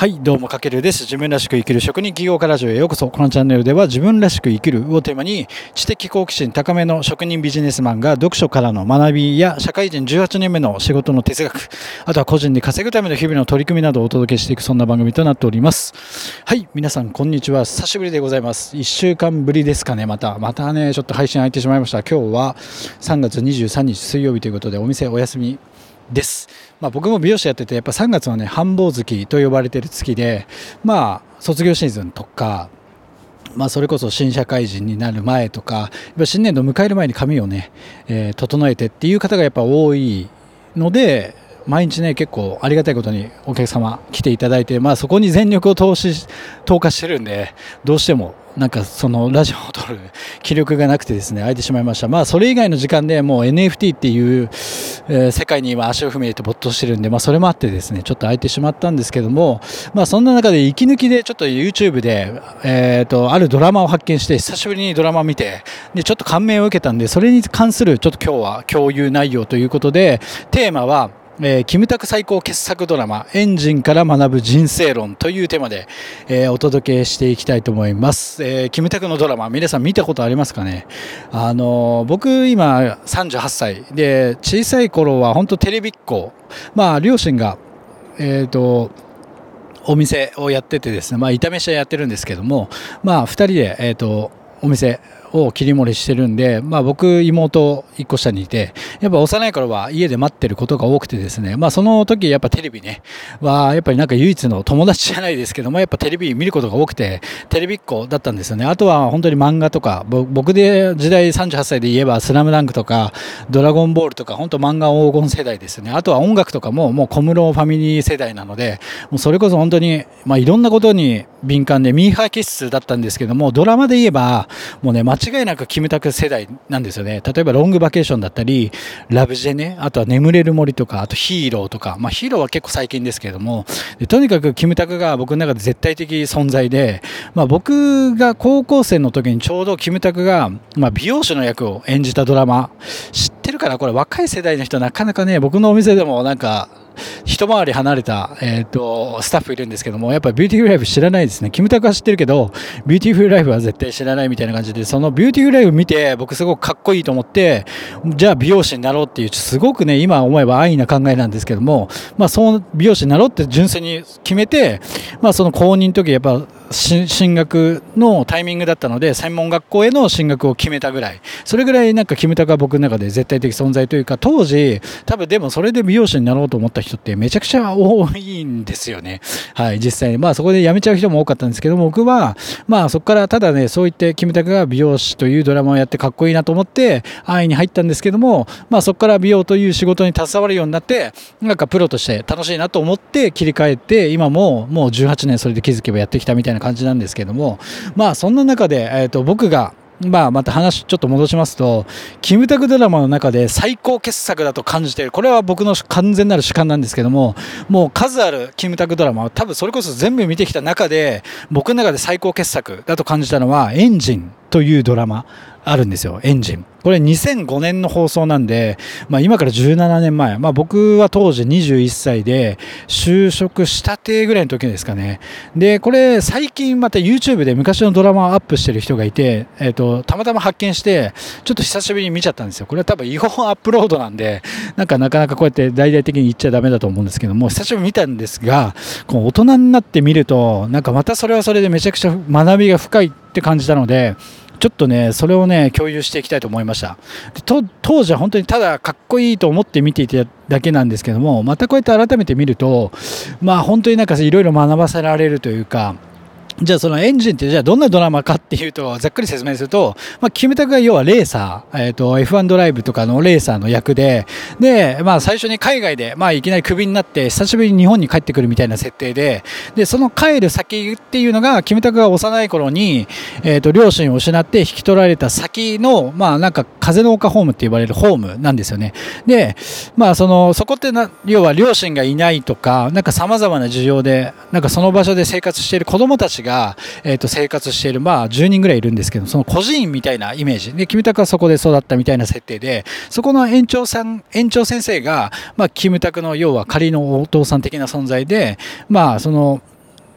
はい、どうもかけるです。自分らしく生きる職人起業家ラジオへようこそ。このチャンネルでは自分らしく生きるをテーマに知的好奇心高めの職人ビジネスマンが読書からの学びや社会人18年目の仕事の哲学、あとは個人で稼ぐための日々の取り組みなどをお届けしていくそんな番組となっております。はい、皆さんこんにちは。久しぶりでございます。1週間ぶりですかね。またね、ちょっと配信空いてしまいました。今日は3月23日水曜日ということでお店お休みです。僕も美容師やっててやっぱ3月はね繁忙月と呼ばれている月で、卒業シーズンとか、それこそ新社会人になる前とかやっぱ新年度を迎える前に髪をね、整えてっていう方がやっぱ多いので、毎日ね結構ありがたいことにお客様来ていただいて、そこに全力を投下してるんで、どうしてもそのラジオを撮る気力がなくてですね空いてしまいました。それ以外の時間でもう NFT っていう、世界に今足を踏み入れて没頭してるんで、それもあってですねちょっと空いてしまったんですけども、そんな中で息抜きでちょっと YouTube で、あるドラマを発見して久しぶりにドラマを見て、でちょっと感銘を受けたんで、それに関するちょっと今日は共有内容ということで、テーマはキムタク最高傑作ドラマエンジンから学ぶ人生論というテーマで、お届けしていきたいと思います。キムタクのドラマ皆さん見たことありますかね。僕今38歳で、小さい頃は本当テレビっ子、両親がお店をやっててですね、炒め車やってるんですけども、2人で、お店を切り盛りしてるんで、僕妹1個下にいて、やっぱ幼い頃は家で待ってることが多くてですね、その時やっぱテレビねはやっぱり唯一の友達じゃないですけども、やっぱテレビ見ることが多くてテレビっ子だったんですよね。あとは本当に漫画とか、僕で時代38歳で言えばスラムダンクとかドラゴンボールとか本当漫画黄金世代ですよね。あとは音楽とかももう小室ファミリー世代なので、もうそれこそ本当にいろんなことに敏感でミーハー気質だったんですけども、ドラマで言えばもうね間違いなくキムタク世代なんですよね。例えばロングバケーションだったりラブジェネ、あとは眠れる森とか、あとヒーローとか、ヒーローは結構最近ですけれども、とにかくキムタクが僕の中で絶対的存在で、僕が高校生の時にちょうどキムタクが、美容師の役を演じたドラマ知ってるかな。これ若い世代の人なかなかね、僕のお店でも一回り離れた、スタッフいるんですけども、やっぱりビューティフルライフ知らないですね。キムタクは知ってるけどビューティフルライフは絶対知らないみたいな感じで、そのビューティフルライフ見て僕すごくかっこいいと思って、じゃあ美容師になろうっていう、すごくね今思えば安易な考えなんですけども、その美容師になろうって純粋に決めて、その公認の時やっぱ進学のタイミングだったので専門学校への進学を決めたぐらい、それぐらいキムタクは僕の中で絶対的存在というか、当時多分でもそれで美容師になろうと思った人ってめちゃくちゃ多いんですよね。はい、実際にそこで辞めちゃう人も多かったんですけども、僕はそこからただねそう言ってキムタクが美容師というドラマをやってかっこいいなと思って安易に入ったんですけども、そこから美容という仕事に携わるようになって、プロとして楽しいなと思って切り替えて、今もう18年それで気づけばやってきたみたいな感じなんですけども、そんな中で、僕がまた話ちょっと戻しますと、キムタクドラマの中で最高傑作だと感じている、これは僕の完全なる主観なんですけども、もう数あるキムタクドラマは多分それこそ全部見てきた中で僕の中で最高傑作だと感じたのはエンジンというドラマあるんですよ。エンジン、これ2005年の放送なんで、今から17年前、僕は当時21歳で就職したてぐらいの時ですかね。でこれ最近また YouTube で昔のドラマをアップしてる人がいて、たまたま発見してちょっと久しぶりに見ちゃったんですよ。これは多分違法アップロードなんでなかなかこうやって大々的に言っちゃダメだと思うんですけども、久しぶりに見たんですが、この大人になってみるとまたそれはそれでめちゃくちゃ学びが深いって感じたので、ちょっとねそれをね共有していきたいと思いました。で当時は本当にただかっこいいと思って見ていただけなんですけども、またこうやって改めて見ると本当にいろいろ学ばせられるというか、じゃあそのエンジンってじゃあどんなドラマかっていうと、ざっくり説明すると、キムタクが要はレーサー、F1 ドライブとかのレーサーの役で、最初に海外でいきなりクビになって久しぶりに日本に帰ってくるみたいな設定で、その帰る先っていうのがキムタクが幼い頃に、両親を失って引き取られた先の風の丘ホームって呼ばれるホームなんですよね。でそこって要は両親がいないとか様々な事情でその場所で生活している子供たちが、生活している10人ぐらいいるんですけど、その孤児院みたいなイメージでキムタクはそこで育ったみたいな設定で、そこの園長先生が、キムタクの要は仮のお父さん的な存在で、その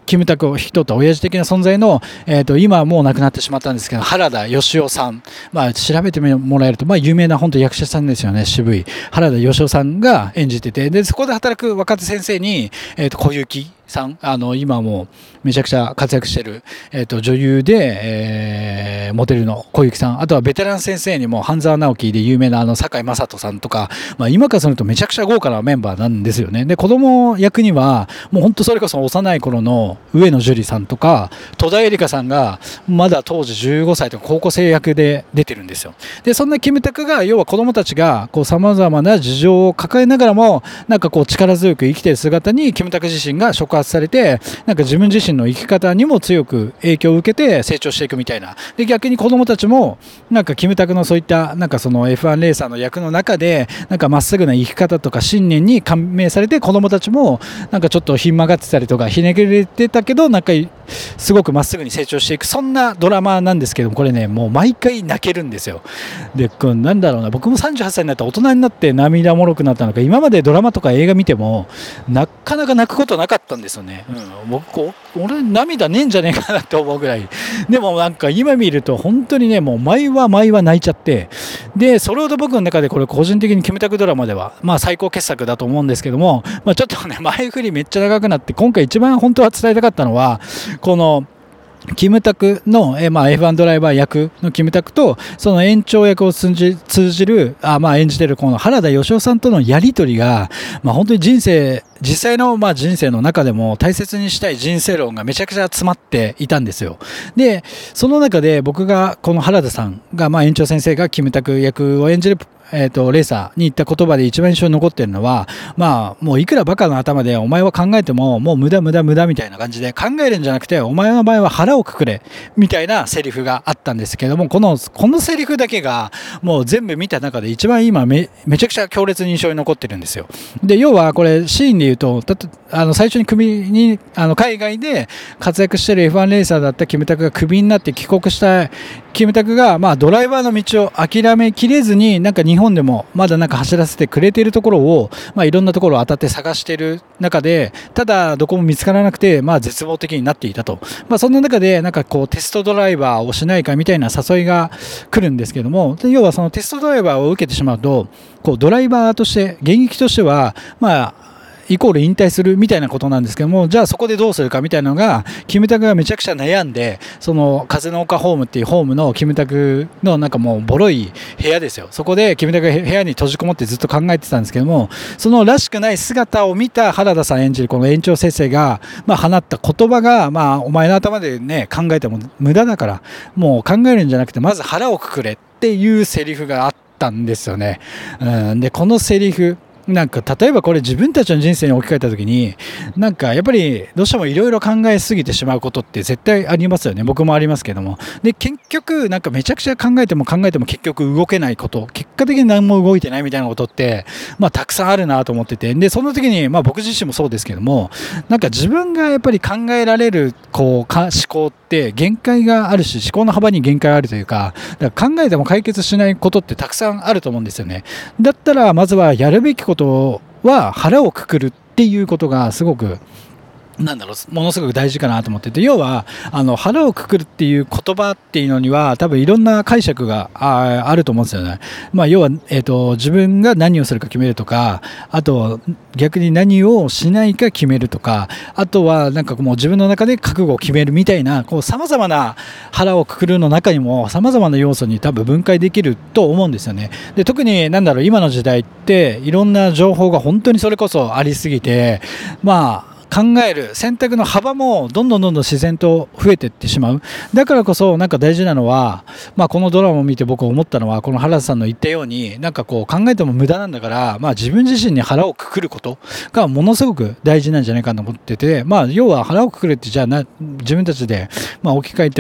キムタクを引き取った親父的な存在の、今はもう亡くなってしまったんですけど、原田芳雄さん、調べてもらえると、有名な本当役者さんですよね。渋い原田芳雄さんが演じてて、でそこで働く若手先生に、小雪さん、今もうめちゃくちゃ活躍してる、女優で、モデルの小雪さん、あとはベテラン先生にも半沢直樹で有名な堺雅人さんとか、今からするとめちゃくちゃ豪華なメンバーなんですよね。で子供役にはもう本当それこそ幼い頃の上野樹里さんとか戸田恵梨香さんがまだ当時15歳とか高校生役で出てるんですよ。でそんなキムタクが要は子供たちがさまざまな事情を抱えながらも力強く生きている姿にキムタク自身が触発されて、自分自身の生き方にも強く影響を受けて成長していくみたいな。で逆に子供たちもキムタクのそういったその F1 レーサーの役の中でまっすぐな生き方とか信念に感銘されて、子供たちもちょっとひん曲がってたりとかひねくれてたけどすごくまっすぐに成長していく、そんなドラマなんですけども、これねもう毎回泣けるんですよ。でなんだろうな、僕も38歳になって大人になって涙もろくなったのか、今までドラマとか映画見てもなかなか泣くことなかったんですよね。俺涙ねえんじゃねえかなって思うぐらい。でも今見ると本当にね、もう毎話泣いちゃって、でそれほど僕の中でこれ個人的にキムタクドラマでは最高傑作だと思うんですけども、ちょっとね前振りめっちゃ長くなって、今回一番本当は伝えたかったのはこのキムタクの、F1 ドライバー役のキムタクとその延長役を通じる演じてるこの原田芳雄さんとのやり取りが、本当に実際の人生の中でも大切にしたい人生論がめちゃくちゃ詰まっていたんですよ。でその中で僕がこの原田さんが、園長先生がキムタク役を演じるレーサーに言った言葉で一番印象に残ってるのは、もういくらバカな頭でお前は考えてももう無駄みたいな感じで、考えるんじゃなくてお前の場合は腹をくくれみたいなセリフがあったんですけども、このセリフだけがもう全部見た中で一番今めちゃくちゃ強烈に印象に残ってるんですよ。で要はこれシーンで言うと、最初に海外で活躍してる F1 レーサーだったキムタクがクビになって帰国したキムタクが、ドライバーの道を諦めきれずに日本でもまだ走らせてくれているところを、いろんなところを当たって探している中で、ただどこも見つからなくて、絶望的になっていたと、そんな中でテストドライバーをしないかみたいな誘いが来るんですけども、要はそのテストドライバーを受けてしまうとドライバーとして現役としてはイコール引退するみたいなことなんですけども、じゃあそこでどうするかみたいなのがキムタクがめちゃくちゃ悩んで、その風の丘ホームっていうホームのキムタクのもうボロい部屋ですよ。そこでキムタクが部屋に閉じこもってずっと考えてたんですけども、そのらしくない姿を見た原田さん演じるこの園長先生が放った言葉が、お前の頭でね考えても無駄だから、もう考えるんじゃなくてまず腹をくくれっていうセリフがあったんですよね。でこのセリフ例えばこれ自分たちの人生に置き換えた時にやっぱりどうしてもいろいろ考えすぎてしまうことって絶対ありますよね。僕もありますけども、で結局めちゃくちゃ考えても結局動けないこと、結果的に何も動いてないみたいなことってたくさんあるなと思ってて、でその時に僕自身もそうですけども、自分がやっぱり考えられる思考って限界があるし、思考の幅に限界があるというか、だから考えても解決しないことってたくさんあると思うんですよね。だったらまずはやるべきことは腹をくくるっていうことがすごくものすごく大事かなと思ってて、要は腹をくくるっていう言葉っていうのには多分いろんな解釈があると思うんですよね。要は、自分が何をするか決めるとか、あと逆に何をしないか決めるとか、あとはもう自分の中で覚悟を決めるみたいなさまざまな腹をくくるの中にもさまざまな要素に多分分解できると思うんですよね。で特に今の時代っていろんな情報が本当にそれこそありすぎて、考える選択の幅もどんどん自然と増えていってしまう。だからこそ大事なのは、このドラマを見て僕思ったのは、この原田さんの言ったように考えても無駄なんだから、自分自身に腹をくくることがものすごく大事なんじゃないかと思ってて、要は腹をくくるってじゃあ自分たちで置き換えて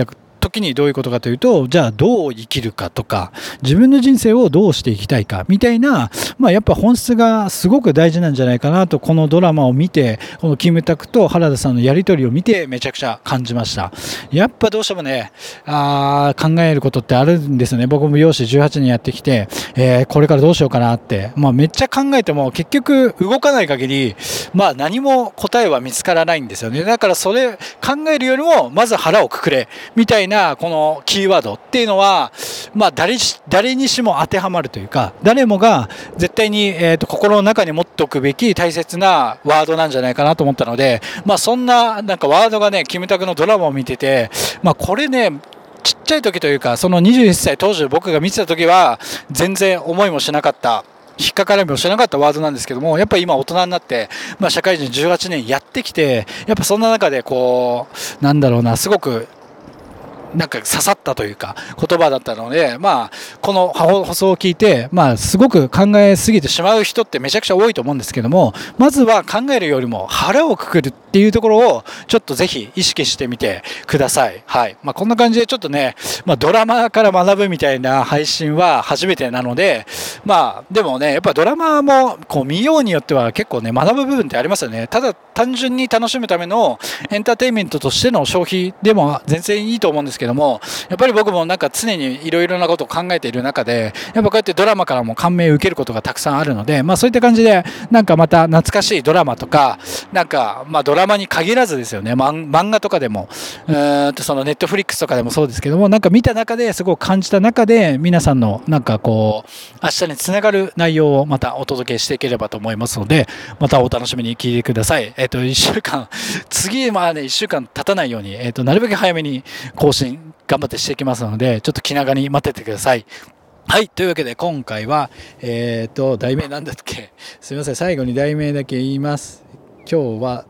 時にどういうことかというと、じゃあどう生きるかとか、自分の人生をどうしていきたいかみたいな、やっぱ本質がすごく大事なんじゃないかなと、このドラマを見て、このキムタクと原田さんのやり取りを見てめちゃくちゃ感じました。やっぱどうしてもね、考えることってあるんですよね。僕も美容師18年やってきて、これからどうしようかなって、めっちゃ考えても結局動かない限り、何も答えは見つからないんですよね。だからそれ考えるよりもまず腹をくくれみたいなこのキーワードっていうのは、誰にしも当てはまるというか、誰もが絶対に、心の中に持っておくべき大切なワードなんじゃないかなと思ったので、そんななんかワードがね、キムタクのドラマを見てて、これね、ちっちゃい時というか、その21歳当時僕が見てた時は全然思いもしなかった、引っかからもしなかったワードなんですけども、やっぱり今大人になって、社会人18年やってきて、やっぱそんな中でこう、なんだろうな、すごくなんか刺さったというか言葉だったので、この放送を聞いて、すごく考えすぎてしまう人ってめちゃくちゃ多いと思うんですけども、まずは考えるよりも腹をくくるっていうところをちょっとぜひ意識してみてください。はい。こんな感じでちょっとね、ドラマから学ぶみたいな配信は初めてなので、でもね、やっぱドラマもこう見ようによっては結構ね、学ぶ部分ってありますよね。ただ単純に楽しむためのエンターテインメントとしての消費でも全然いいと思うんですけども、やっぱり僕もなんか常にいろいろなことを考えている中で、やっぱこうやってドラマからも感銘を受けることがたくさんあるので、そういった感じでなんかまた懐かしいドラマとか、なんかドラマに限らずですよね、漫画とかでもそのネットフリックスとかでもそうですけども、なんか見た中ですごく感じた中で、皆さんのなんかこう明日につながる内容をまたお届けしていければと思いますので、またお楽しみに聞いてください。1週間次1週間経たないように、なるべく早めに更新頑張ってしていきますので、ちょっと気長に待っててください。はい。というわけで今回は、題名なんだっけ、すみません。最後に題名だけ言います。今日は、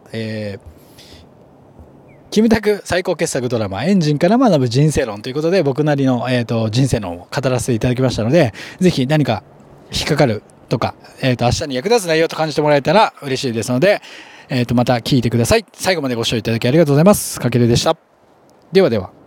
キムタク最高傑作ドラマエンジンから学ぶ人生論ということで、僕なりの、人生論を語らせていただきましたので、ぜひ何か引っかかるとか、明日に役立つ内容と感じてもらえたら嬉しいですので、また聞いてください。最後までご視聴いただきありがとうございます。かけるでした。ではでは。